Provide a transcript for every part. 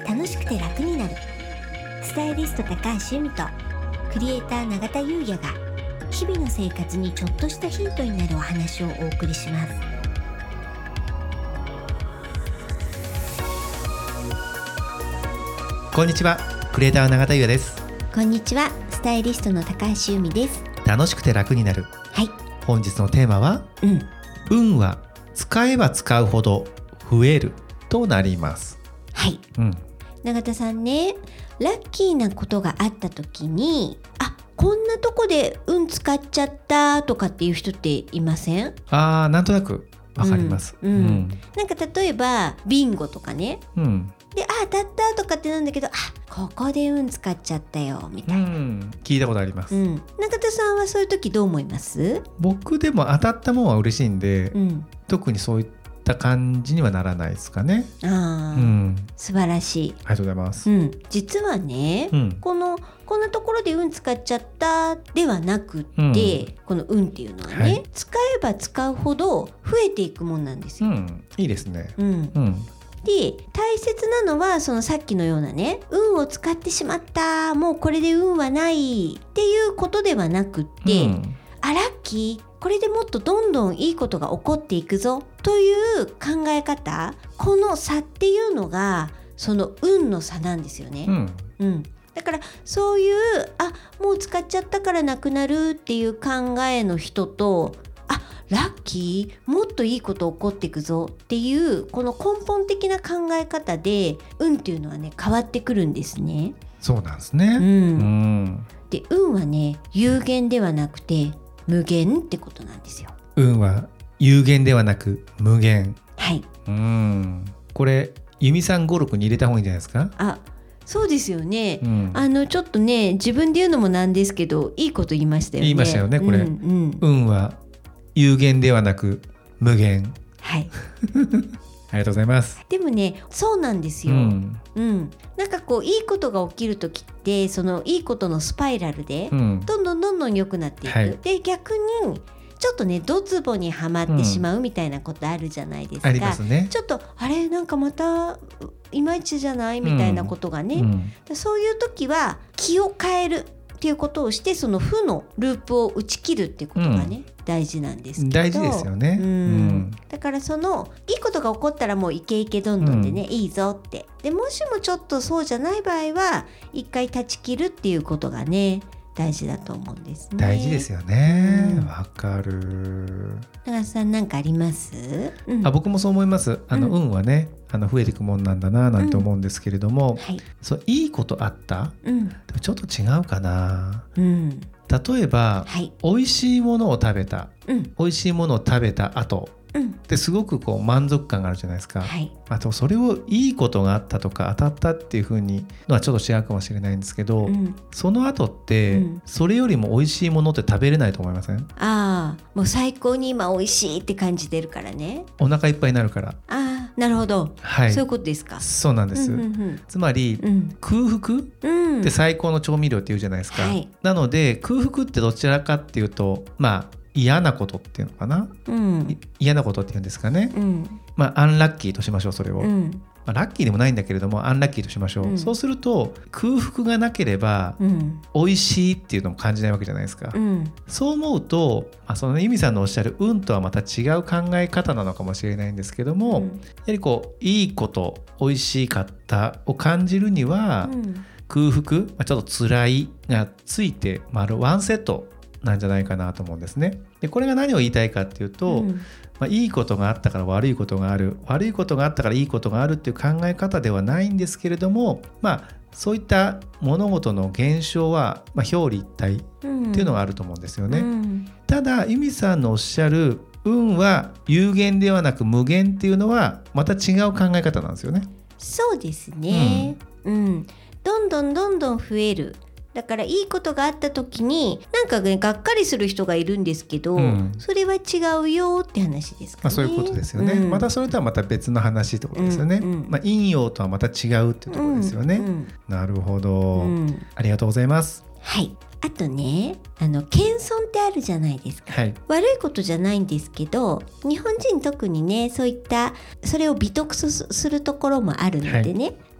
楽しくて楽になる。スタイリスト高橋由美とクリエイター永田優也が日々の生活にちょっとしたヒントになるお話をお送りします。 こんにちは、クリエイターの永田優也です。 こんにちは、スタイリストの高橋由美です。 楽しくて楽になる。 はい。 本日のテーマは、運は使えば使うほど増えるとなります。 はい。永田さんね、ラッキーなことがあった時に、こんなとこで運使っちゃったとかっていう人っていません？ なんとなくわかります。 なんか例えばビンゴとかね、で当たったとかってなんだけど、ここで運使っちゃったよみたいな、 聞いたことあります。 永田さんはそういう時どう思います？ 僕でも当たったもんは嬉しいんで、特にそういった感じにはならないですかね。 素晴らしい。 ありがとうございます。 実はね、こんなところで運使っちゃったではなくって、この運っていうのはね、使えば使うほど増えていくもんなんですよ。 いいですね。 で、大切なのはそのさっきのようなね、運を使ってしまった、もうこれで運はないっていうことではなくって、ラッキー、これでもっとどんどんいいことが起こっていくぞという考え方、この差っていうのがその運の差なんですよね。だからそういうもう使っちゃったからなくなるっていう考えの人と、ラッキー、もっといいこと起こっていくぞっていうこの根本的な考え方で運っていうのはね、変わってくるんですね。 そうなんですね。 で、運はね、有限ではなくて無限ってことなんですよ。 運は有限ではなく無限。 はい。 これ由美さん語録に入れた方がいいんじゃないですか？ そうですよね。ちょっとね、自分で言うのもなんですけど、いいこと言いましたよね。 言いましたよね、これ。運は有限ではなく無限。 はい。 ありがとうございます。 でもね、そうなんですよ。なんかこういいことが起きるときって、そのいいことのスパイラルでどんどん良くなっていく。で、逆にちょっとね、ドツボにはまってしまうみたいなことあるじゃないですか。 ありますね。 ちょっとなんかまたいまいちじゃないみたいなことがね、そういう時は気を変えるっていうことをして、その負のループを打ち切るっていうことがね、大事なんですけど。 大事ですよね。 だからそのいいことが起こったらもうイケイケどんどんでね、いいぞって。で、もしもちょっとそうじゃない場合は一回断ち切るっていうことがね、大事だと思うんですね。 大事ですよね。わかる。 永田さん、何かあります？ 僕もそう思います。運はね、増えていくもんなんだななんて思うんですけれども、そう、いいことあった、でもちょっと違うかな。例えば、美味しいものを食べた、美味しいものを食べた後ですごくこう満足感があるじゃないですか。あとそれをいいことがあったとか当たったっていう風にのはちょっと違うかもしれないんですけど、その後って、それよりも美味しいものって食べれないと思いません？ もう最高に今美味しいって感じてるからね。 お腹いっぱいになるから。 なるほど、そういうことですか。 そうなんです。つまり、空腹って最高の調味料って言うじゃないですか。なので空腹ってどちらかっていうと、嫌なことっていうのかな、嫌なことっていうんですかね、アンラッキーとしましょう、それを。ラッキーでもないんだけれどもアンラッキーとしましょう。そうすると空腹がなければ、美味しいっていうのも感じないわけじゃないですか。そう思うと、その由美さんのおっしゃる運とはまた違う考え方なのかもしれないんですけども、やはりこういいこと、美味しかったを感じるには、空腹、ちょっと辛いがついてワンセットなんじゃないかなと思うんですね。で、これが何を言いたいかっていうと、いいことがあったから悪いことがある、悪いことがあったからいいことがあるっていう考え方ではないんですけれども、そういった物事の現象は、表裏一体っていうのがあると思うんですよね。ただ由美さんのおっしゃる運は有限ではなく無限っていうのはまた違う考え方なんですよね。 そうですね。どんどん増える。だからいいことがあった時になんかね、がっかりする人がいるんですけど、それは違うよって話ですかね。 そういうことですよね。またそれとはまた別の話ってことですよね。陰陽とはまた違うっていうところですよね。なるほど、ありがとうございます。 はい。あとね、謙遜ってあるじゃないですか。悪いことじゃないんですけど、日本人特にね、そういったそれを美徳するところもあるのでね、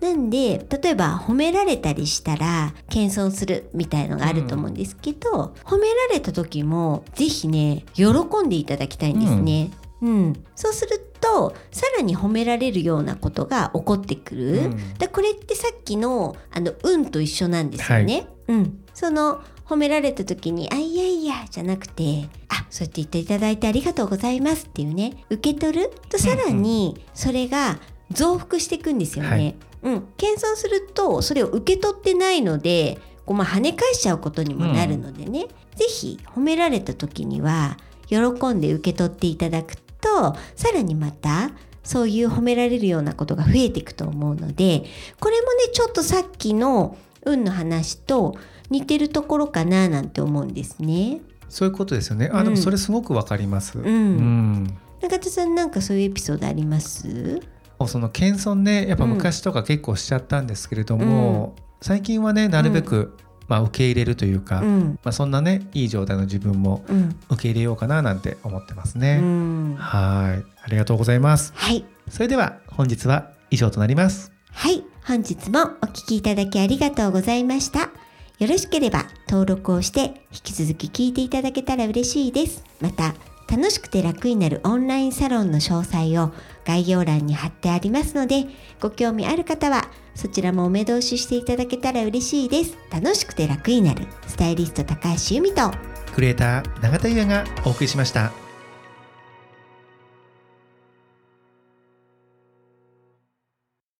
なんで例えば褒められたりしたら謙遜するみたいのがあると思うんですけど、褒められた時もぜひね喜んでいただきたいんですね。そうするとさらに褒められるようなことが起こってくる、これってさっきの運と一緒なんですよね。その褒められた時にいやいやじゃなくて、そうやって言っていただいてありがとうございますっていうね、受け取るとさらにそれが増幅していくんですよね。謙遜するとそれを受け取ってないので跳ね返しちゃうことにもなるのでね、ぜひ褒められた時には喜んで受け取っていただくと、さらにまたそういう褒められるようなことが増えていくと思うので、これもねちょっとさっきの運の話と似てるところかななんて思うんですね。 そういうことですよね。でもそれすごくわかります。 中田さんなんかそういうエピソードあります？ その謙遜ね、やっぱ昔とか結構しちゃったんですけれども、最近はねなるべく、受け入れるというか、そんなねいい状態の自分も受け入れようかななんて思ってますね。はい、ありがとうございます。それでは本日は以上となります。 本日もお聞きいただきありがとうございました。よろしければ登録をして引き続き聞いていただけたら嬉しいです。また楽しくて楽になるオンラインサロンの詳細を概要欄に貼ってありますので、ご興味ある方はそちらもお目通ししていただけたら嬉しいです。楽しくて楽になるスタイリスト高橋由美とクリエイター永田優也がお送りしました。